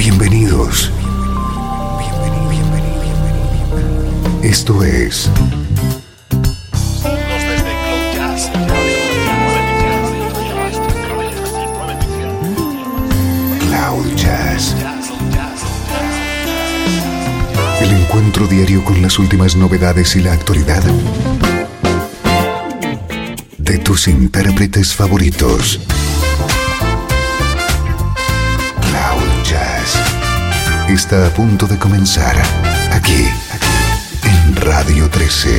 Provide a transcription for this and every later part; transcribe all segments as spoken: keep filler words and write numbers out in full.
Bienvenidos. Esto es Cloud Jazz. El encuentro diario con las últimas novedades y la actualidad de tus intérpretes favoritos. Cloud Jazz está a punto de comenzar aquí, en Radio trece.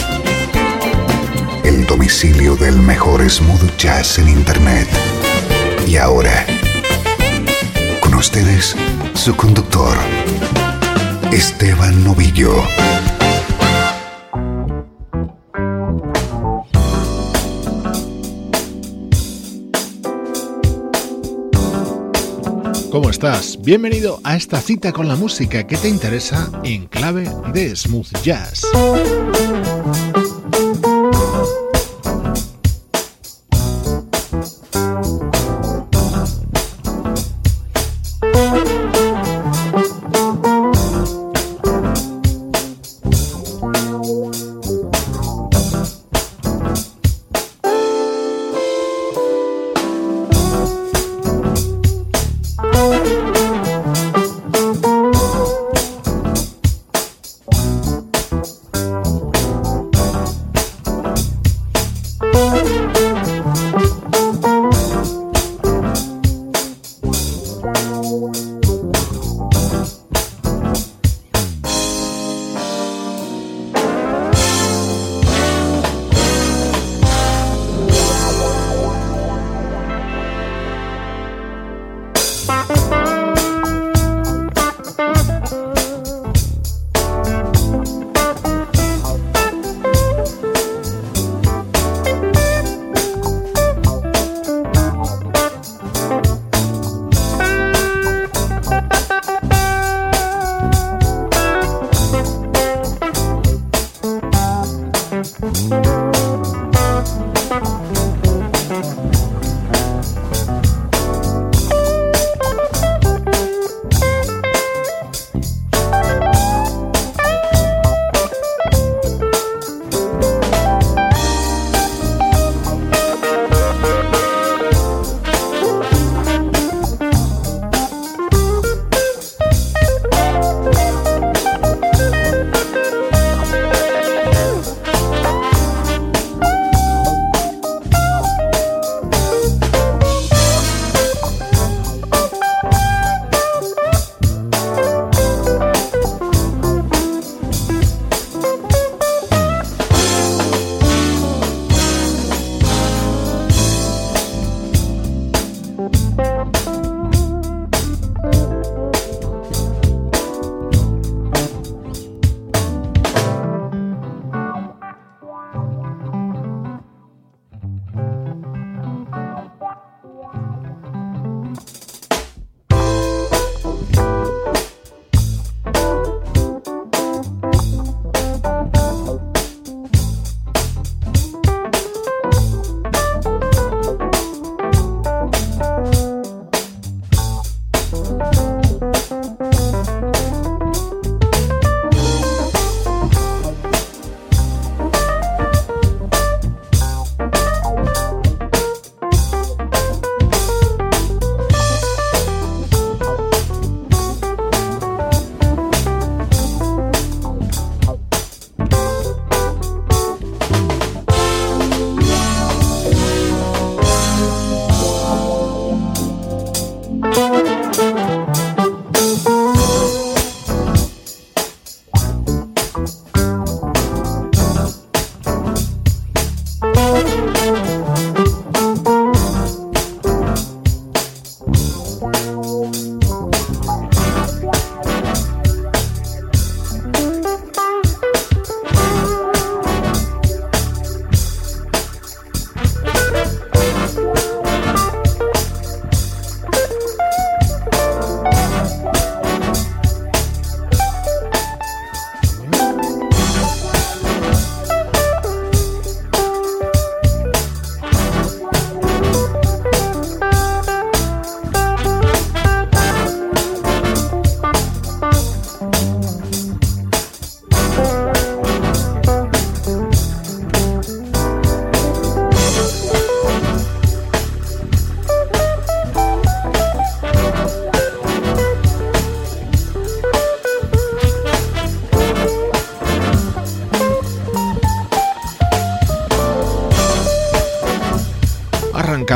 El domicilio del mejor smooth jazz en internet. Y ahora, con ustedes, su conductor, Esteban Novillo. ¿Cómo estás? Bienvenido a esta cita con la música que te interesa en clave de smooth jazz.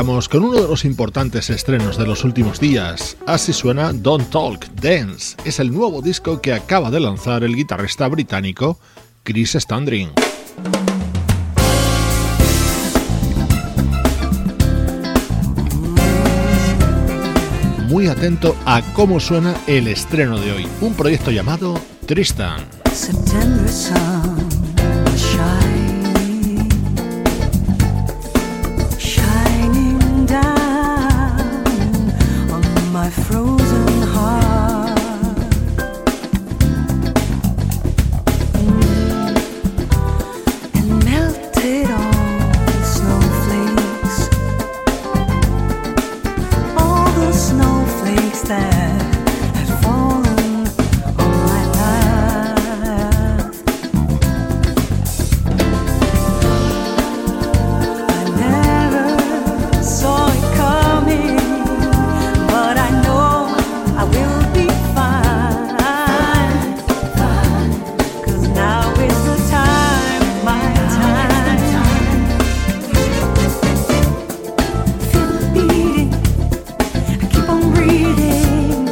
vamos con uno de los importantes estrenos de los últimos días. Así suena Don't Talk, Dance. Es el nuevo disco que acaba de lanzar el guitarrista británico Chris Standring. Muy atento a cómo suena el estreno de hoy, un proyecto llamado Tristan. September sun shining, shining down on my frozen heart. Mm. And melted all the snowflakes, all the snowflakes that had fallen on my path. I never saw it coming, but I know I will be fine, fine, 'cause now is the time, my time. Feel the beating, I keep on breathing.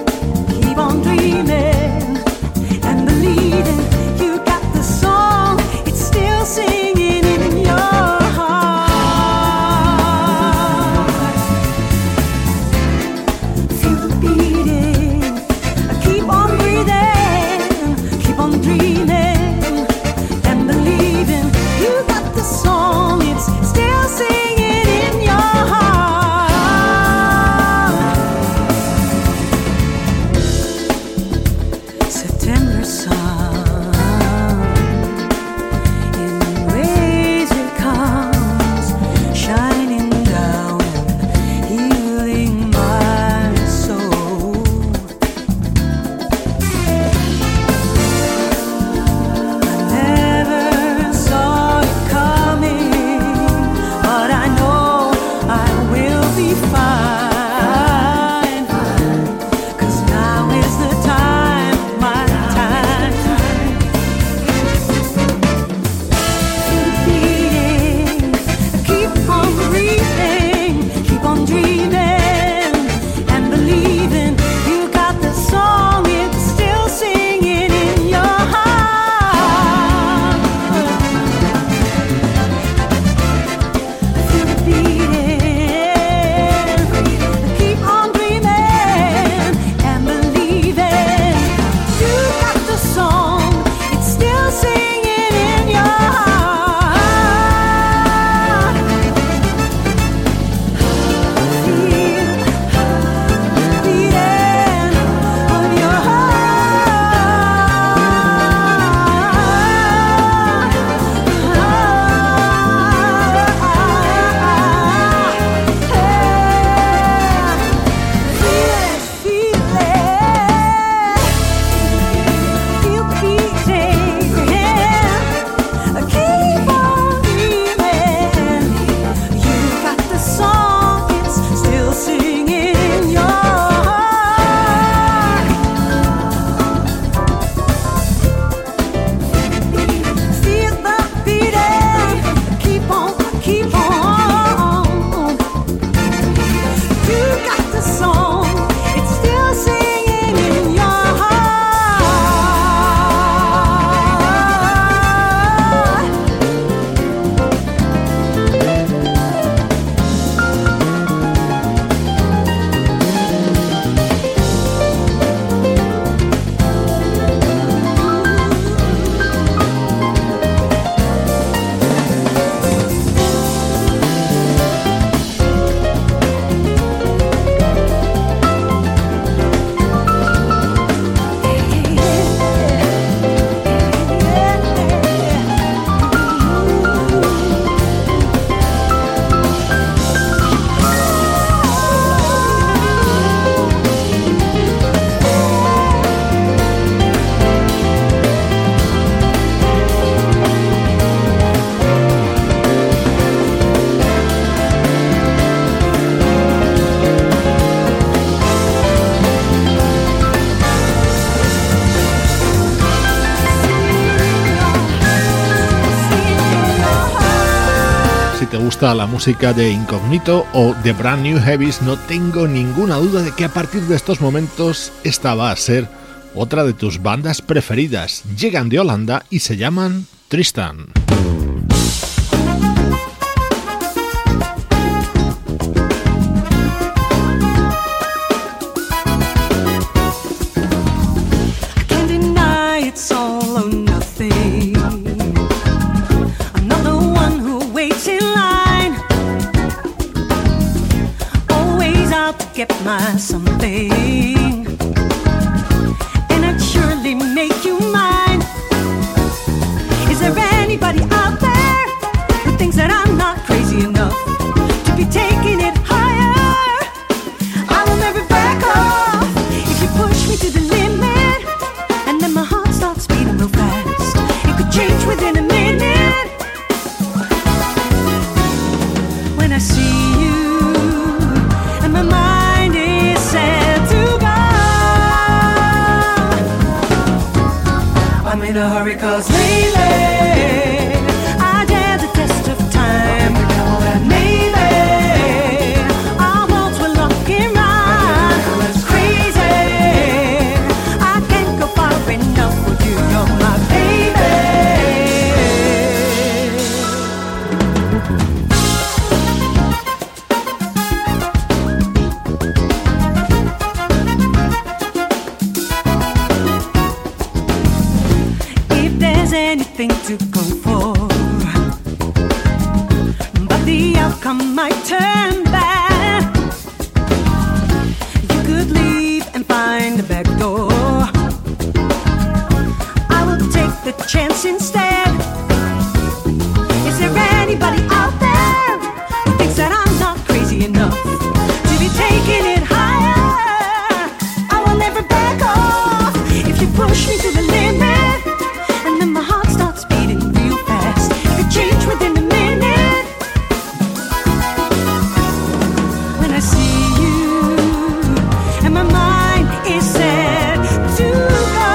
te gusta la música de Incognito o The Brand New Heavies, no tengo ninguna duda de que a partir de estos momentos esta va a ser otra de tus bandas preferidas. Llegan de Holanda y se llaman Tristan. Get my something, and I'd surely make you mine. Is there anybody out there who thinks that I'm not crazy enough to be taking it higher? I will never back off if you push me to the limit, and then my heart starts beating real fast. It could change within a minute. When I see you and my mind I'm in a hurry 'cause lately I dare the test of time. Maybe our worlds were looking right. Crazy, I can't go far enough with you. You're my baby. Anything to go for, but the outcome might turn bad. You could leave and find a back door. I will take the chance instead. Is there anybody out there who thinks that I'm not crazy enough to be taking it higher? I will never back off if you push me to the limit. Within a minute, when I see you and my mind is set to go,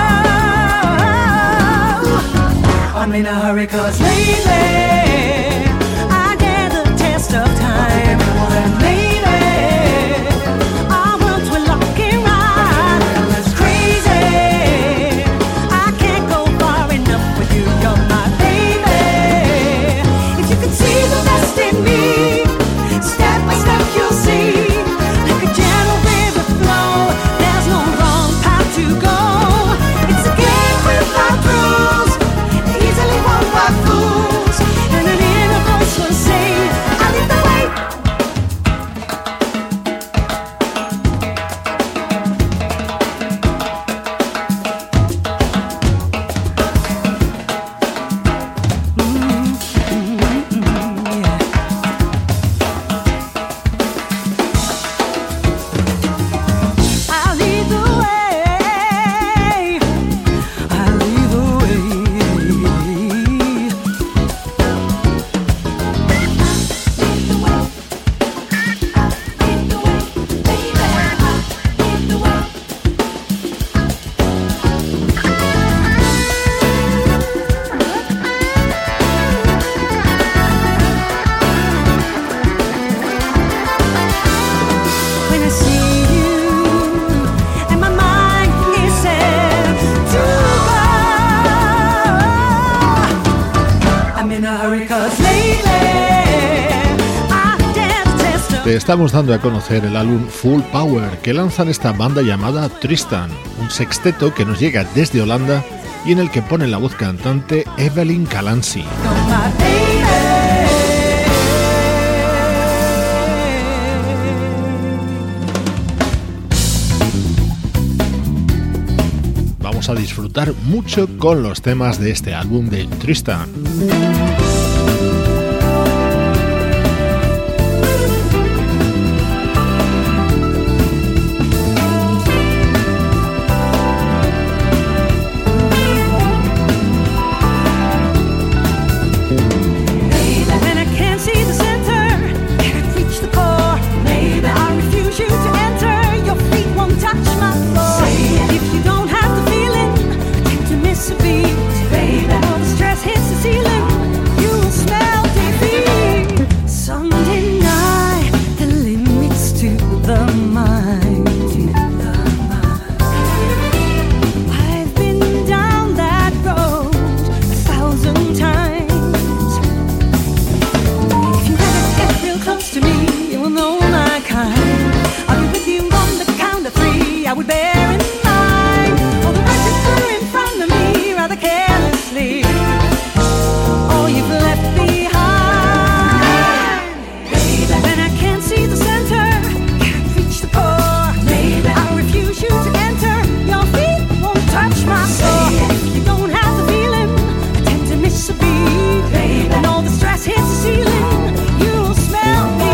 I'm in a hurry 'cause lately I dare the test of time. Maybe our worlds were looking right. It's crazy, I can't go far enough with you. You're my baby. You can see the best in me. Step by step you'll see. Like a gentle river flow, there's no wrong path to go. It's a game without rules, easily won by fools. And an inner voice will say, I lead the way. Te estamos dando a conocer el álbum Full Power que lanzan esta banda llamada Tristan, un sexteto que nos llega desde Holanda y en el que pone la voz cantante Evelyn Calancy. Vamos a disfrutar mucho con los temas de este álbum de Tristan. Baby, all the stress hits the ceiling. You the mind. I've been down that road a thousand times. If you ever get real close to me, you will know my kind. I'll be with you on the count of three. I would bear in mind all the right you do in front of me, rather carelessly. All you've left behind. Baby, when I can't see the center, can't reach the core, baby, I refuse you to enter. Your feet won't touch my soul. If you don't have the feeling, I tend to miss a beat, baby. When all the stress hits the ceiling, you'll smell me.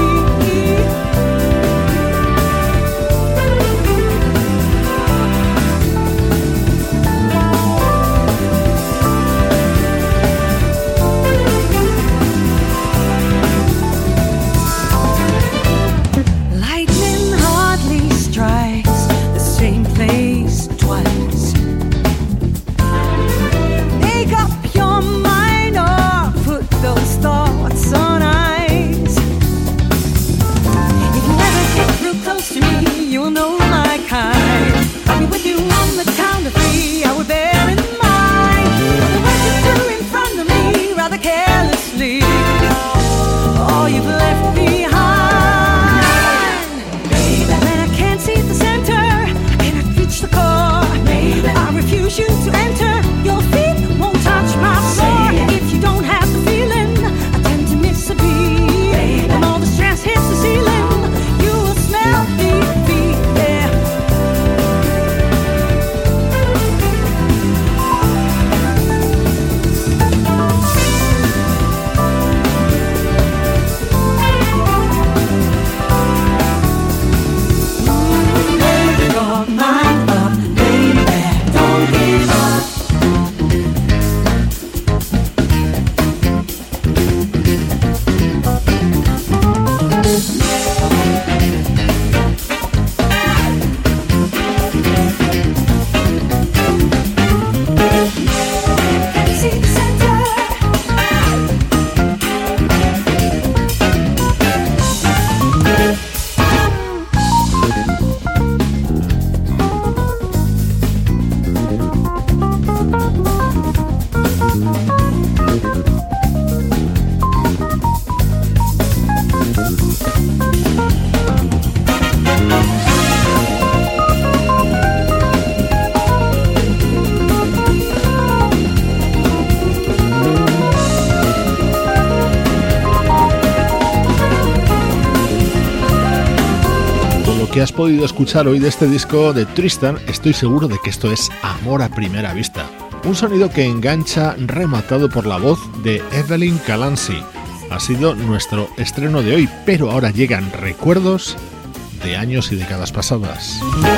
Que has podido escuchar hoy de este disco de Tristan, estoy seguro de que esto es amor a primera vista. Un sonido que engancha rematado por la voz de Evelyn Calancy. Ha sido nuestro estreno de hoy, pero ahora llegan recuerdos de años y décadas pasadas.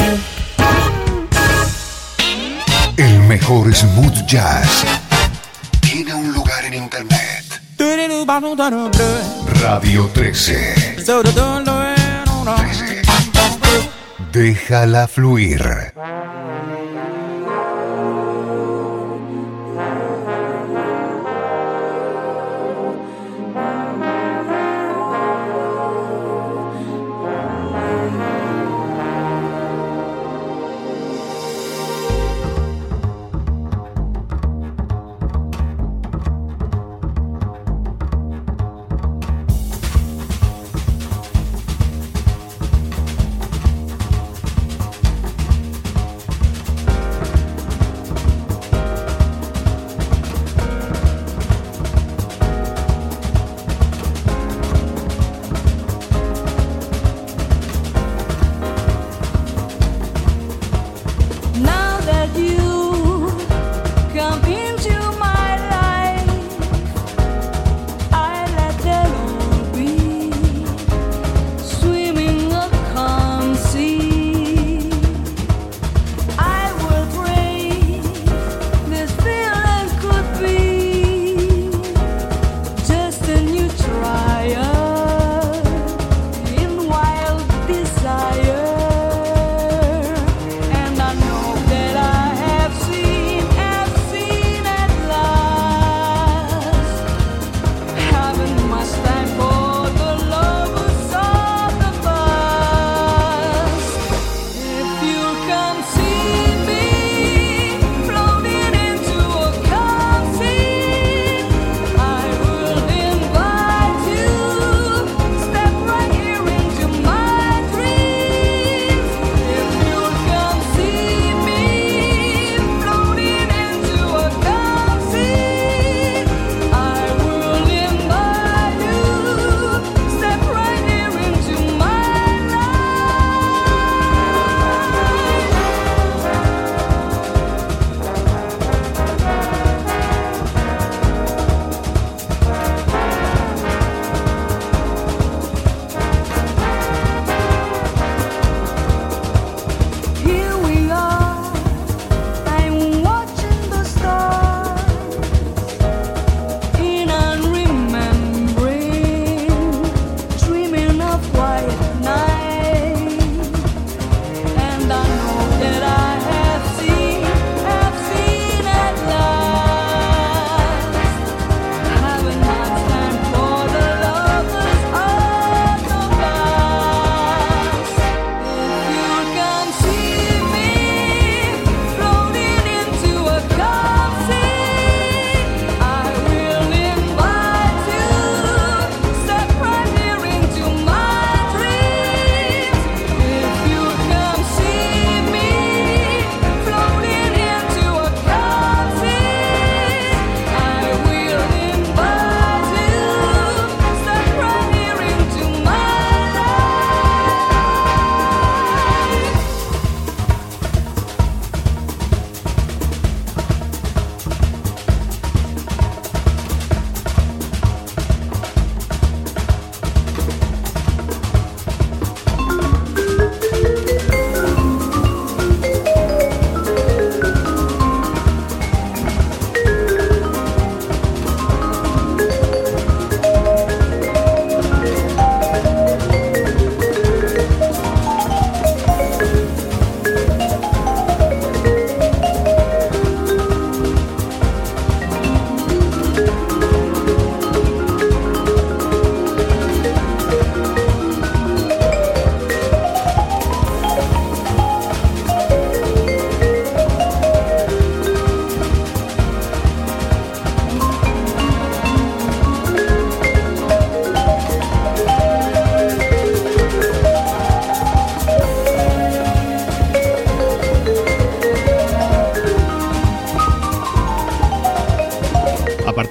El mejor smooth jazz tiene un lugar en internet. Radio trece. trece. Déjala fluir.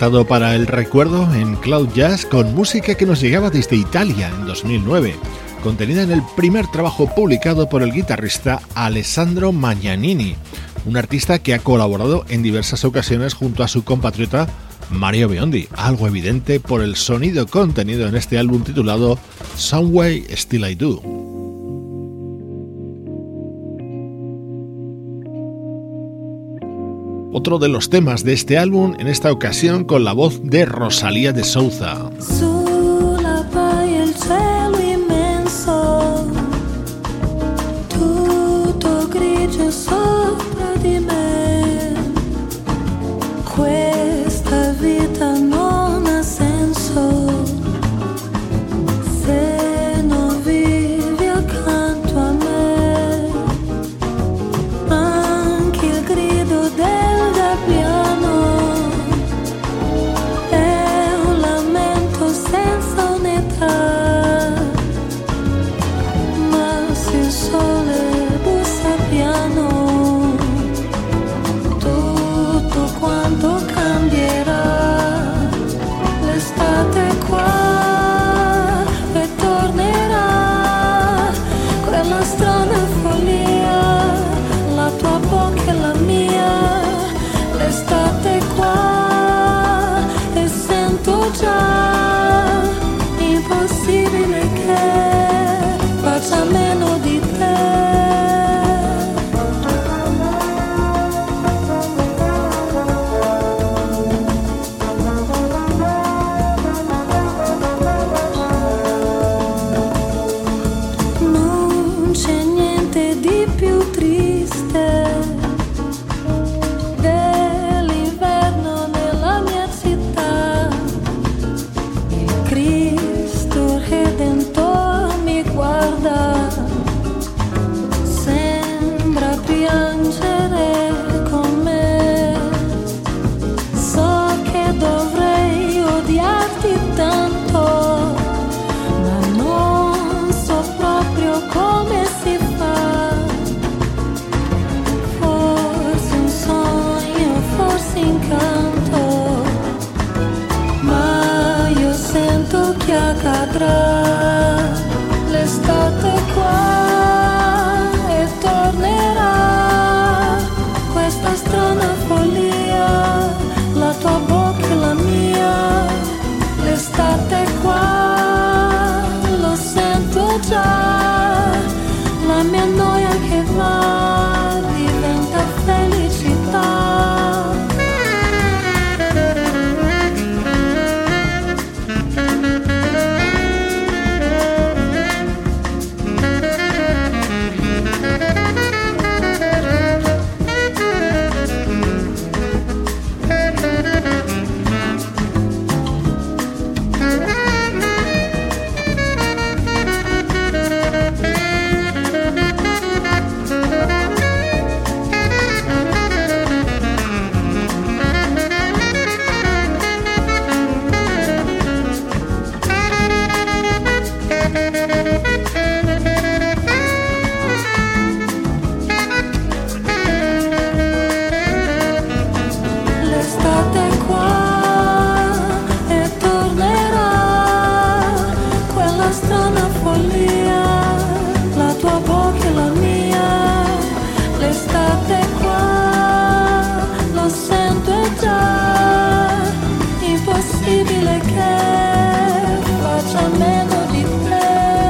apartado para el recuerdo en Cloud Jazz con música que nos llegaba desde Italia en dos mil nueve, contenida en el primer trabajo publicado por el guitarrista Alessandro Magnanini, un artista que ha colaborado en diversas ocasiones junto a su compatriota Mario Biondi, algo evidente por el sonido contenido en este álbum titulado Some Way Still I Do. Otro de los temas de este álbum, en esta ocasión con la voz de Rosalía de Souza. Sulla baia il cielo immenso, tutto grigio sopra di me, questa vita non ha senso se non vivi accanto a me, anche il grido del gabbiano è un lamento senza unità, ma se il sole bussa piano tutto quanto cambierà, l'estate qua e tornerà quella strana follia, la tua bocca e la mia, l'estate qua e sento già impossibile che faccia meno di te. Non c'è niente di più triste dell'inverno nella mia città. Il Cristo Redentore mi guarda, sembra piangere con me. So che dovrei odiarti tanto, ma non so proprio come si fa. Forse un sogno, forse incanto, ma io sento che accadrà, l'estate qua e tornerà questa strana follia, la tua bocca e la mia, l'estate qua, lo sento già, la mia noia che va diventa felicità. L'estate qua e tornerà quella strana follia, la tua bocca e la mia, l'estate qua, lo sento è già impossibile che faccia meno di te.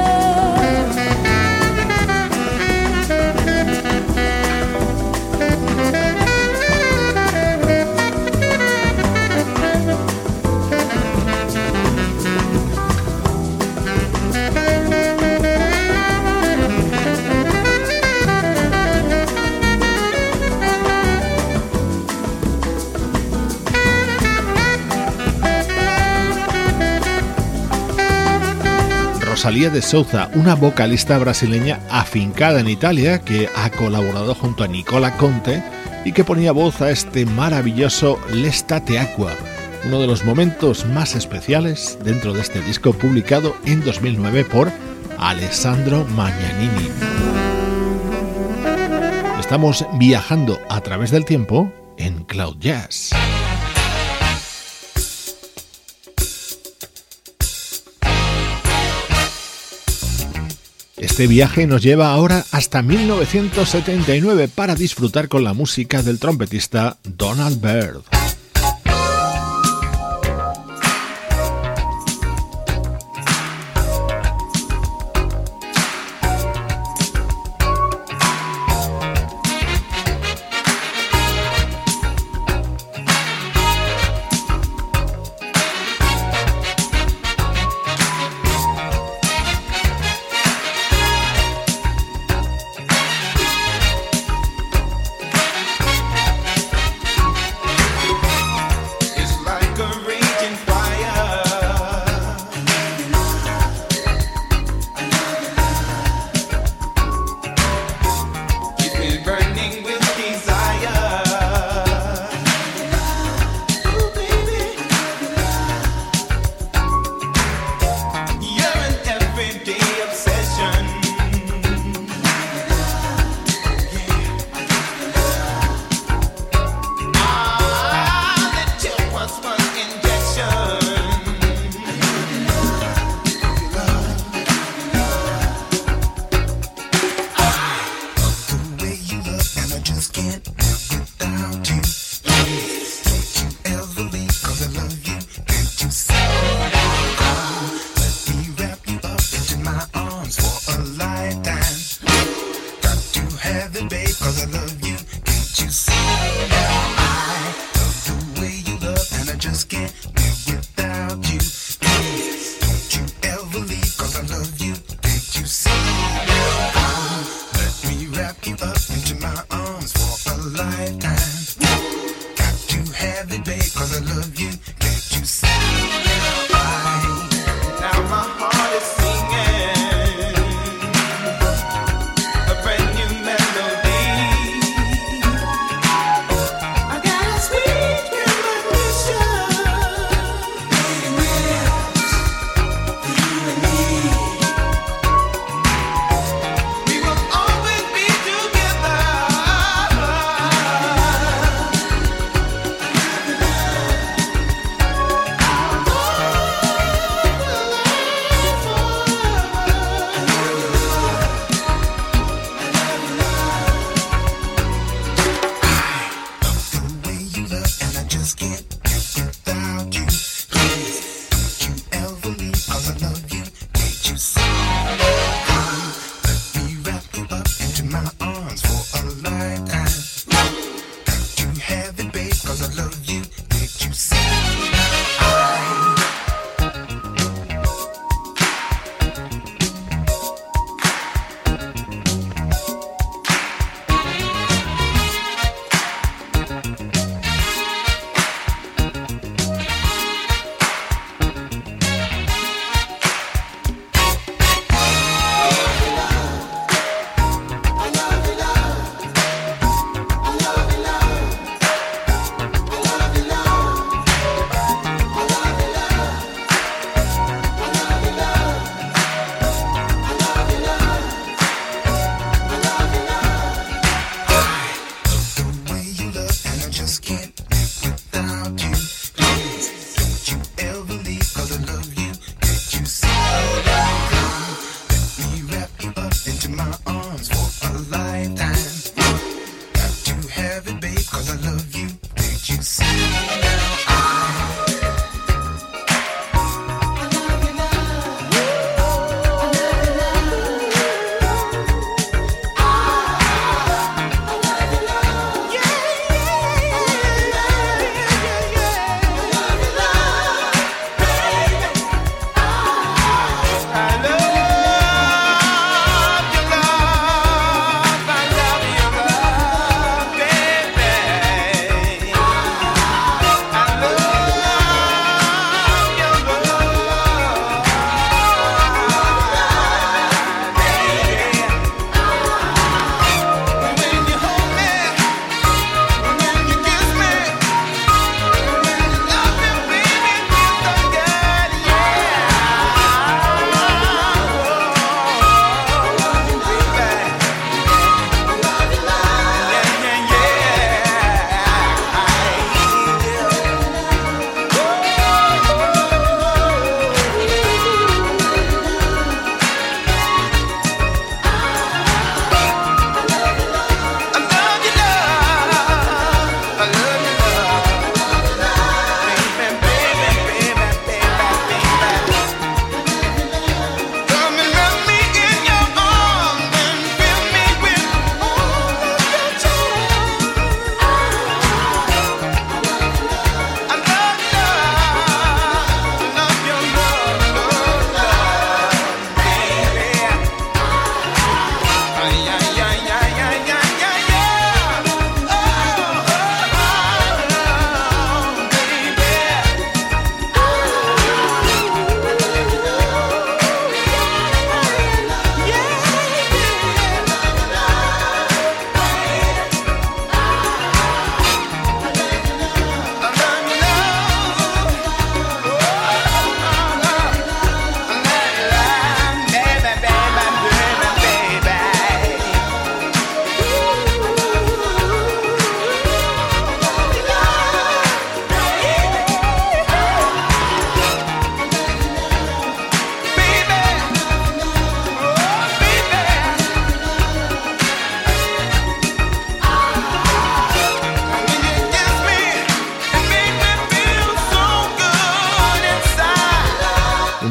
Rosalía de Souza, una vocalista brasileña afincada en Italia que ha colaborado junto a Nicola Conte y que ponía voz a este maravilloso L'estate acqua, uno de los momentos más especiales dentro de este disco publicado en dos mil nueve por Alessandro Magnanini. Estamos viajando a través del tiempo en Cloud Jazz. Este viaje nos lleva ahora hasta mil novecientos setenta y nueve para disfrutar con la música del trompetista Donald Byrd.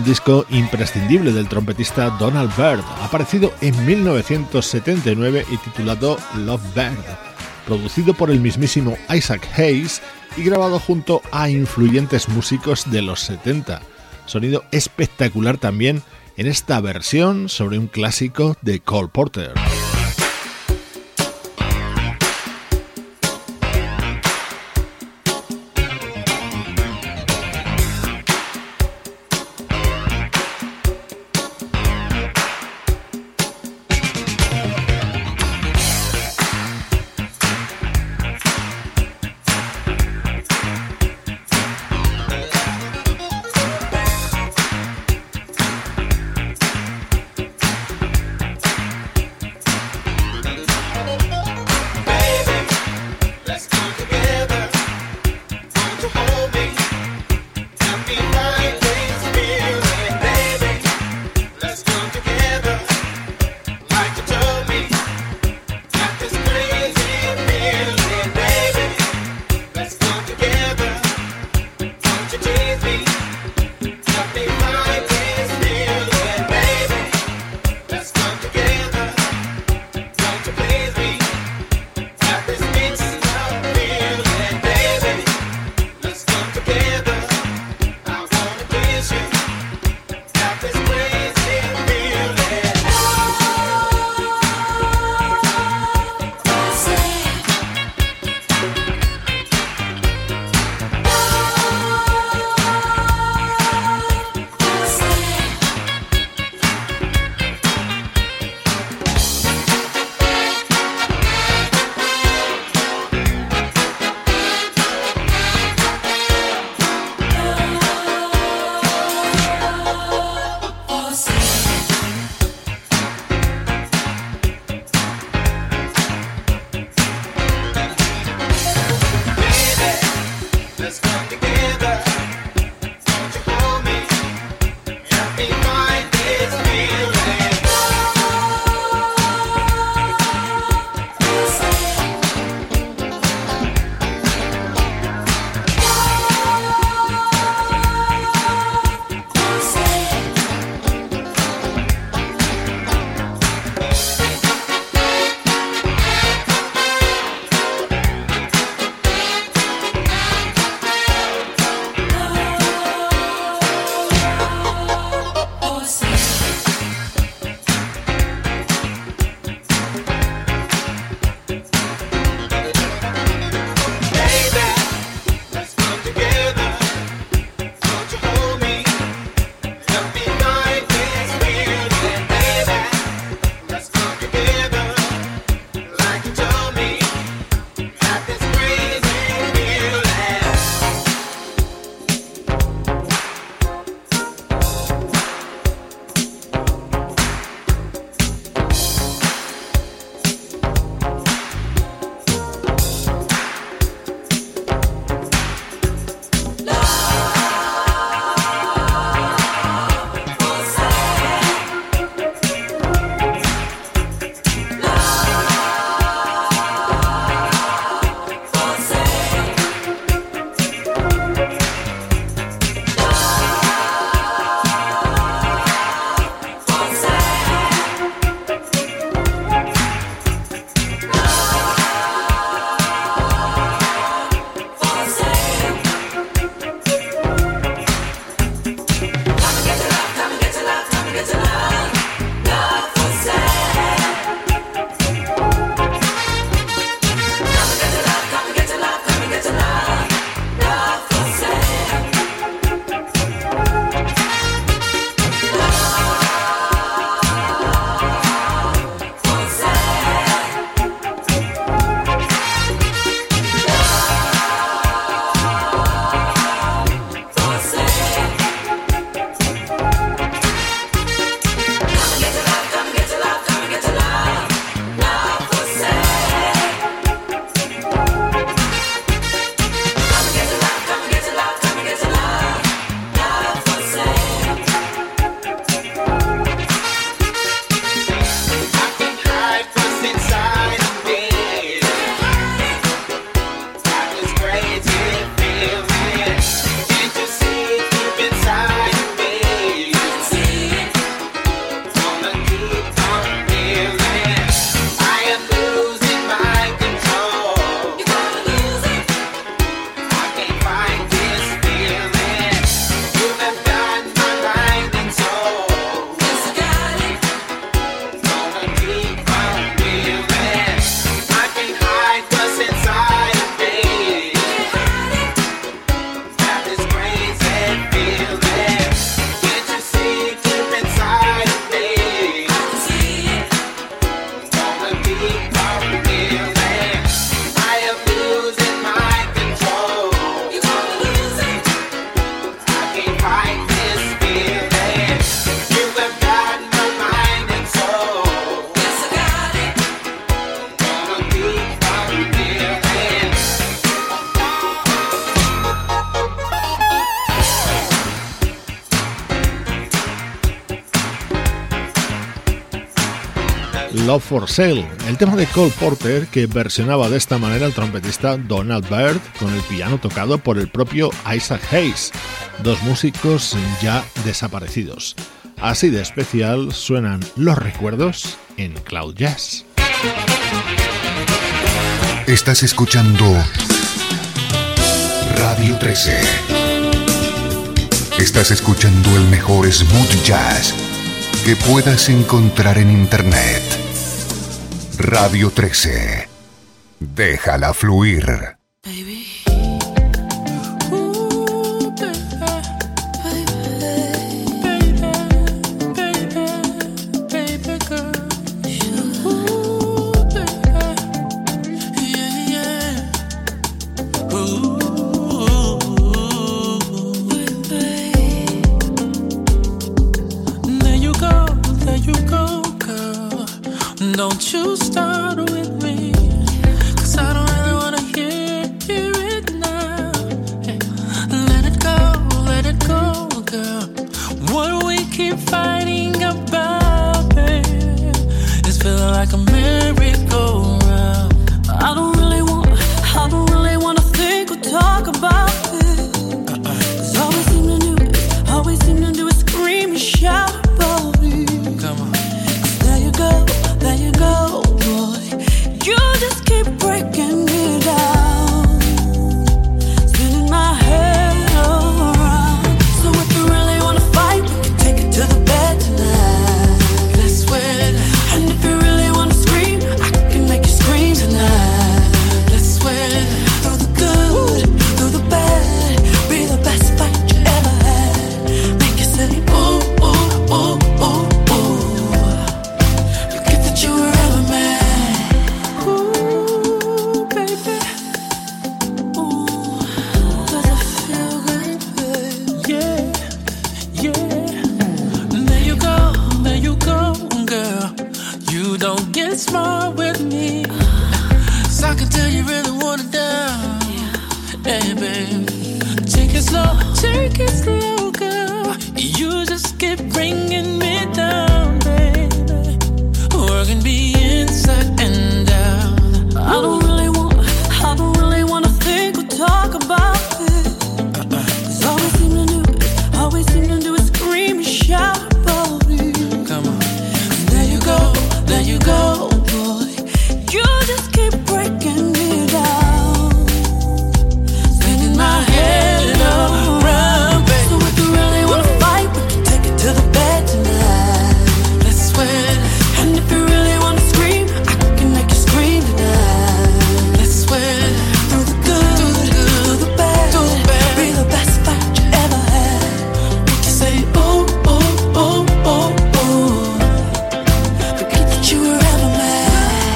disco imprescindible del trompetista Donald Byrd, aparecido en mil novecientos setenta y nueve y titulado Love Bird, producido por el mismísimo Isaac Hayes y grabado junto a influyentes músicos de los setenta. Sonido espectacular también en esta versión sobre un clásico de Cole Porter. Love for Sale, el tema de Cole Porter que versionaba de esta manera el trompetista Donald Byrd con el piano tocado por el propio Isaac Hayes, dos músicos ya desaparecidos. Así de especial suenan los recuerdos en Cloud Jazz. Estás escuchando Radio trece. Estás escuchando el mejor smooth jazz que puedas encontrar en Internet. Radio trece. Déjala fluir. Baby. Don't you start with me, 'cause I don't really wanna hear, hear it now. Hey, let it go, let it go, girl. What we keep fighting about, babe, is feeling like a merry-go-round. I don't really want, I don't really wanna think or talk about it, 'cause all we seem to do, all we seem to do is scream and shout about it. Come on. 'Cause there you go, there you go, boy. You just keep breaking me down, spinning my head around. So if you really wanna fight, we can take it to the bed tonight. Let's swear. And if you really wanna scream, I can make you scream tonight. Let's swear. Through the good, through the bad, be the best fight you ever had. Make you say, ooh, ooh, ooh, ooh. You were ever mad. Ooh, baby. Ooh, does it feel good, babe? Yeah, yeah. There you go, there you go, girl. You don't get smart with me, so I can tell you really want it down. Hey, babe, take it slow, take it slow, girl. You just keep bringing me down, baby. Working me inside and out. I don't really want, I don't really want to think or talk about it, 'cause all we seem to do, all we seem to do is scream and shout about it. Come on. There you go, there you go, boy. You just keep breaking me down, spinning my head around, baby. So if you really wanna fight, we can take it to the bed tonight. Let's swear. And if you really wanna scream, I can make you scream tonight. Let's swear. Through the good, through the, good, through the bad, through the bad, be the best fight you ever had. Make you say, ooh, ooh, ooh, ooh, ooh. Forget that you were ever mad.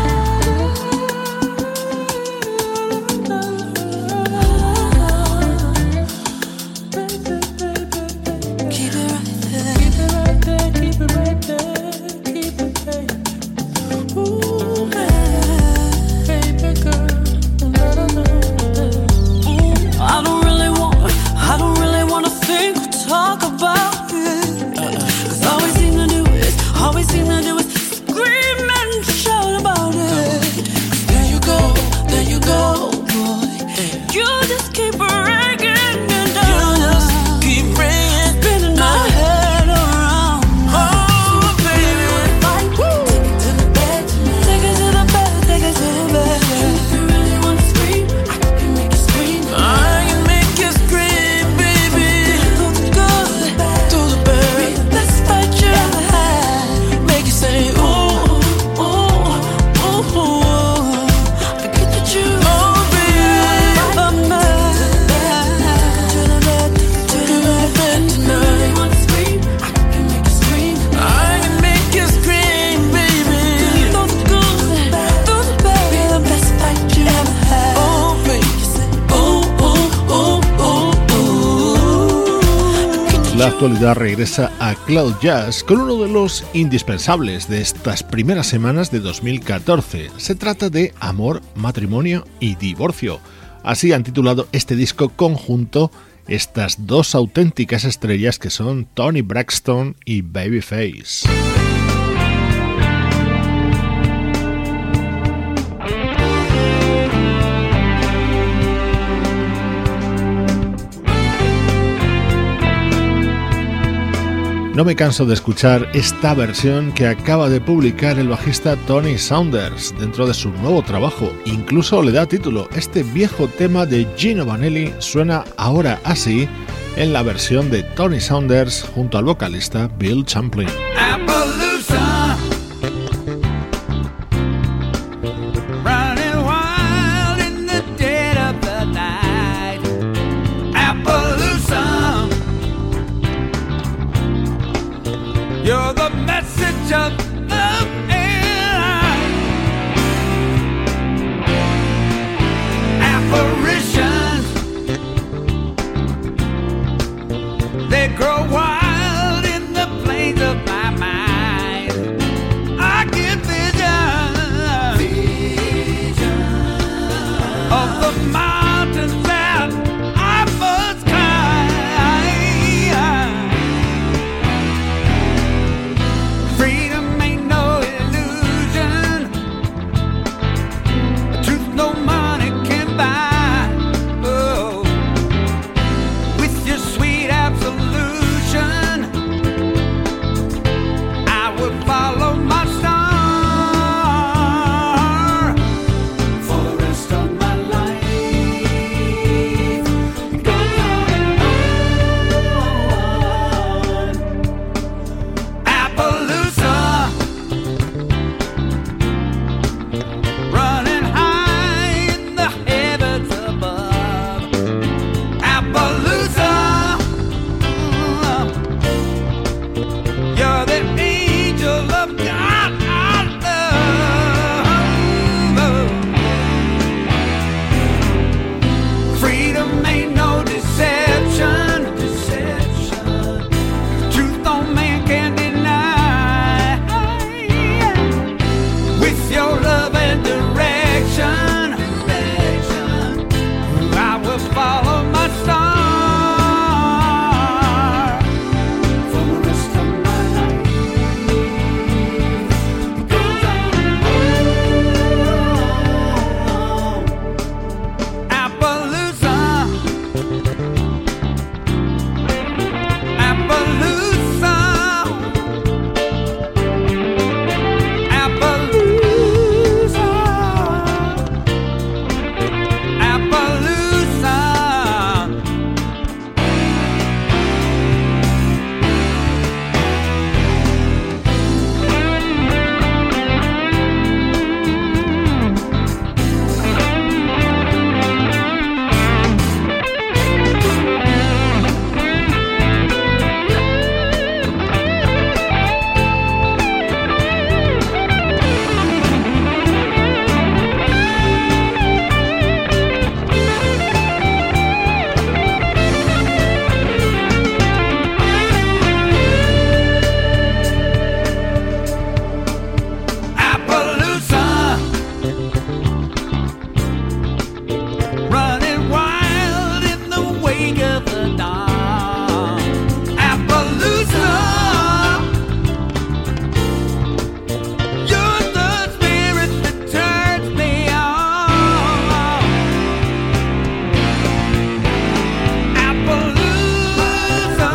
Keep it right there, keep it right there, keep it right there. Ooh, baby girl, I don't really want, I don't really want to think or talk about it, 'cause all we seem to do is, all we seem to do is scream and shout about it. There you go, there you go, boy. You just keep breaking me down. You just keep bringing, spinning my head around. Oh, baby, fight, take it to the bed tonight. Take it to the bed, take it to the bed. And if you really wanna scream, I can make you scream. I can make you scream, baby. Through the good, through the bad, be the best fight you ever had. Make you say, ooh, ooh, ooh, ooh. Forget that you, oh, baby, I'm mad. To the bed, to the bed tonight. If you wanna scream, I can make you scream. I can make you scream, baby. Through the good, through the bad, be the best fight you ever had. Oh, baby, you say, ooh, ooh, ooh, ooh, ooh. La actualidad regresa a Cloud Jazz con uno de los indispensables de estas primeras semanas de dos mil catorce. Se trata de Amor, Matrimonio y Divorcio. Así han titulado este disco conjunto estas dos auténticas estrellas que son Toni Braxton y Babyface. No me canso de escuchar esta versión que acaba de publicar el bajista Tony Saunders dentro de su nuevo trabajo. Incluso le da título. Este viejo tema de Gino Vanelli suena ahora así en la versión de Tony Saunders junto al vocalista Bill Champlin. Appaloosa, running wild in the dead of the night. Appaloosa, you're the message of the airline. Apparitions, they grow wild in the plains of my mind. I get visions, visions of the mountains that I must climb. Freedom ain't no illusion, truth no money can buy. Oh, with your sweet absolution, I will follow my star for the rest of my life. Go on, Appaloosa, running high in the heavens above. Appaloosa, you're the angel of God I love. Freedom ain't no deception, deception. Truth no man can deny. With your love and direction, direction, I will follow my star for the rest of my life. Go on, Appaloosa, Appaloosa, Appaloosa, Appaloosa. Appaloosa, running wild in the wake of the dawn. Appaloosa, you're the spirit that turns me on. Appaloosa,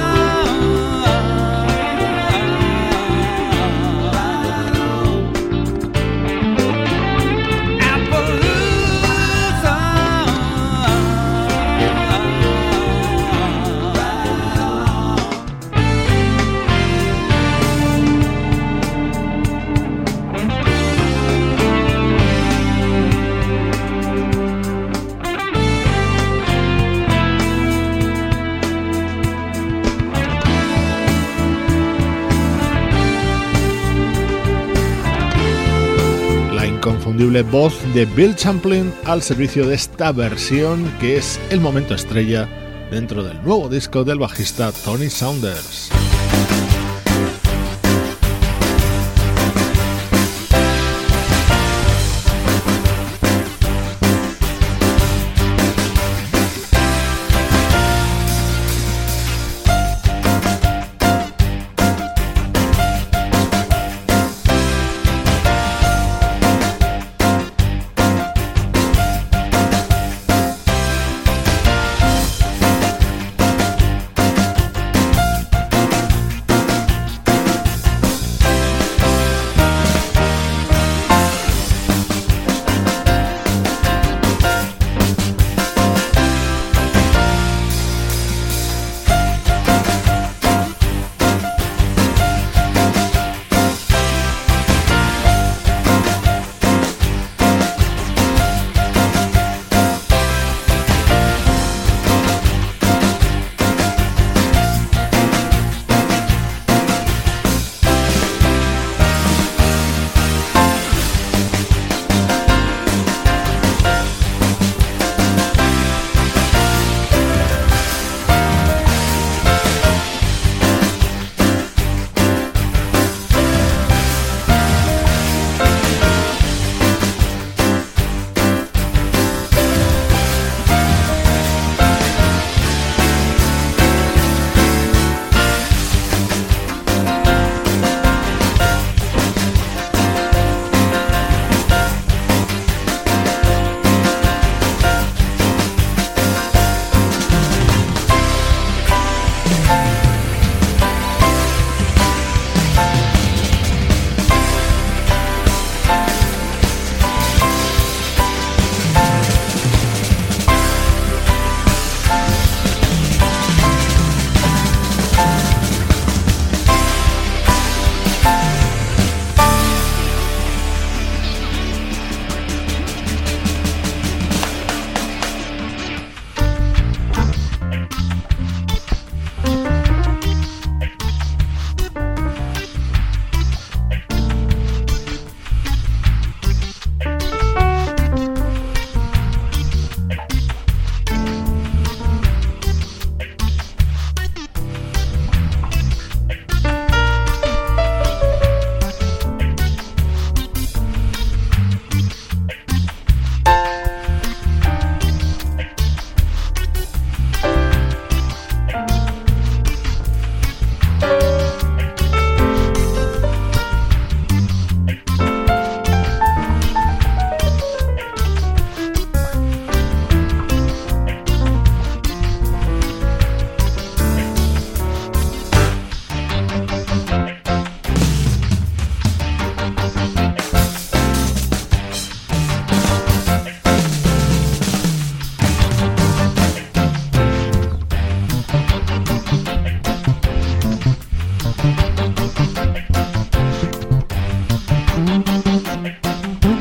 La inconfundible voz de Bill Champlin al servicio de esta versión que es el momento estrella dentro del nuevo disco del bajista Tony Saunders.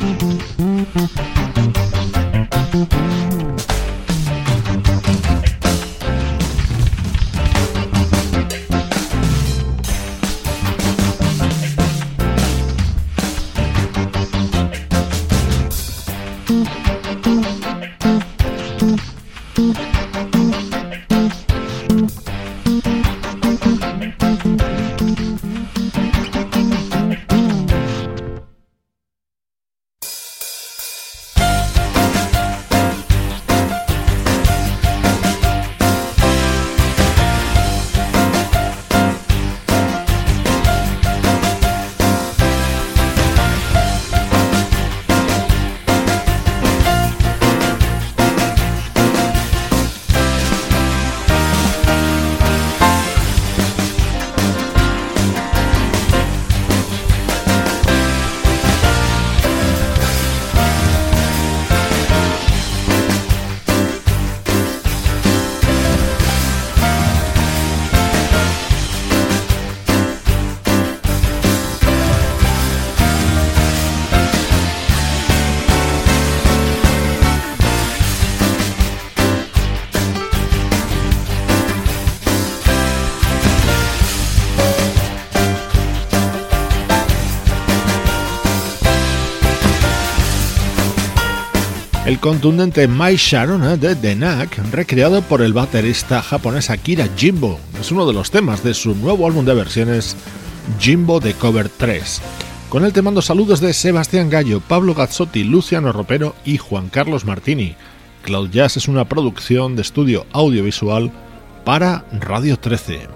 El contundente My Sharona de The Knack, recreado por el baterista japonés Akira Jimbo. Es uno de los temas de su nuevo álbum de versiones Jimbo The Cover tres. Con él te mando saludos de Sebastián Gallo, Pablo Gazzotti, Luciano Ropero y Juan Carlos Martini. Cloud Jazz es una producción de estudio audiovisual para Radio trece.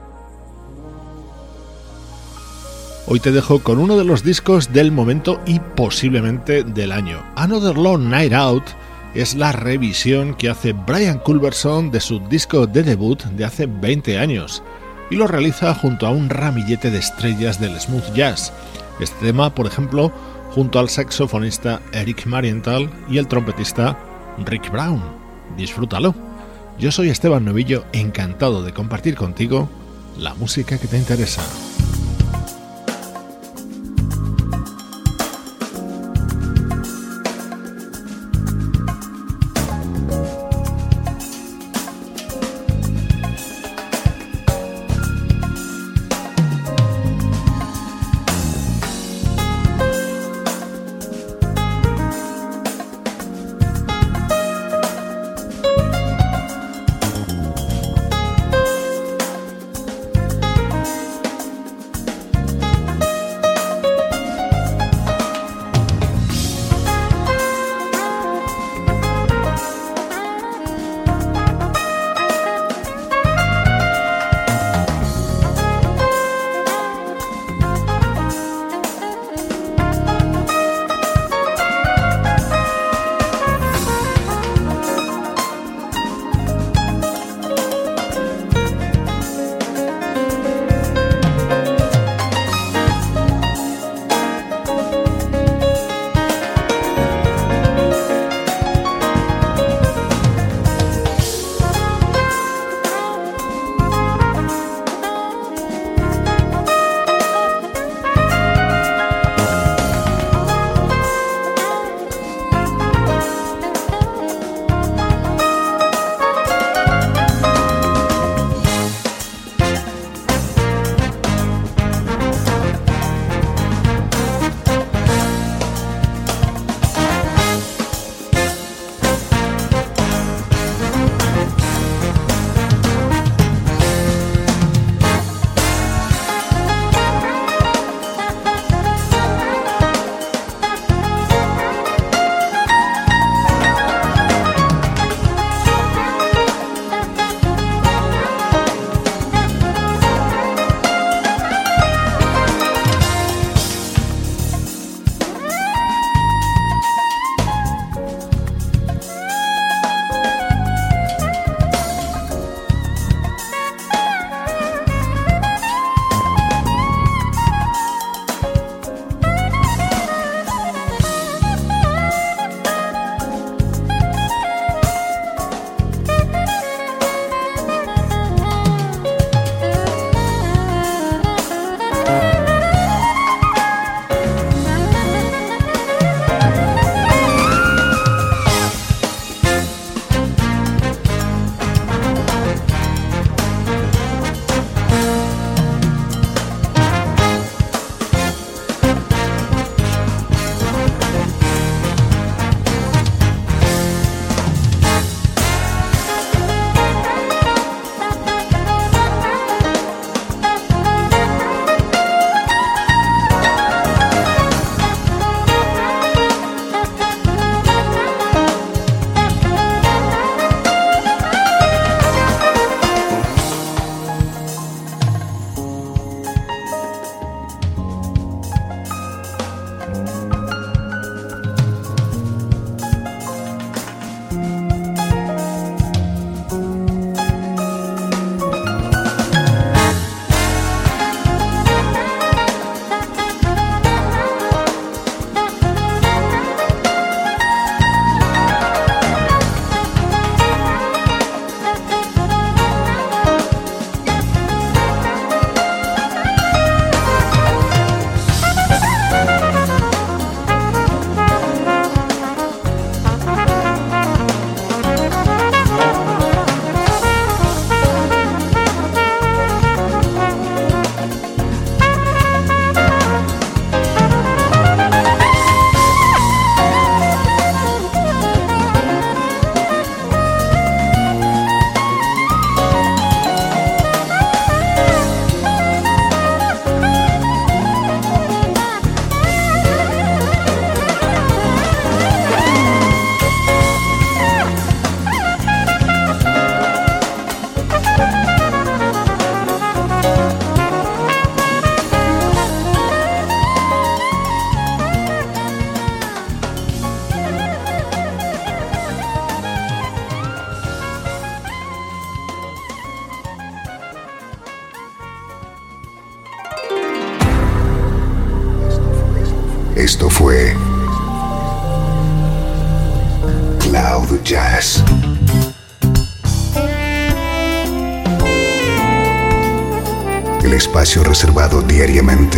Hoy te dejo con uno de los discos del momento y posiblemente del año. Another Long Night Out es la revisión que hace Brian Culberson de su disco de debut de hace veinte años y lo realiza junto a un ramillete de estrellas del smooth jazz. Este tema, por ejemplo, junto al saxofonista Eric Marienthal y el trompetista Rick Brown. Disfrútalo. Yo soy Esteban Novillo, encantado de compartir contigo la música que te interesa. Esto fue Cloud Jazz. El espacio reservado diariamente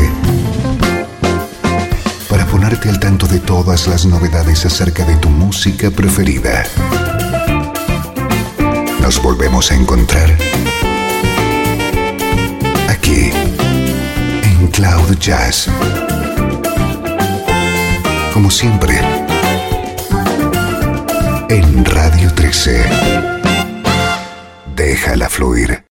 para ponerte al tanto de todas las novedades acerca de tu música preferida. Nos volvemos a encontrar aquí en Cloud Jazz. Como siempre, en Radio trece. Déjala fluir.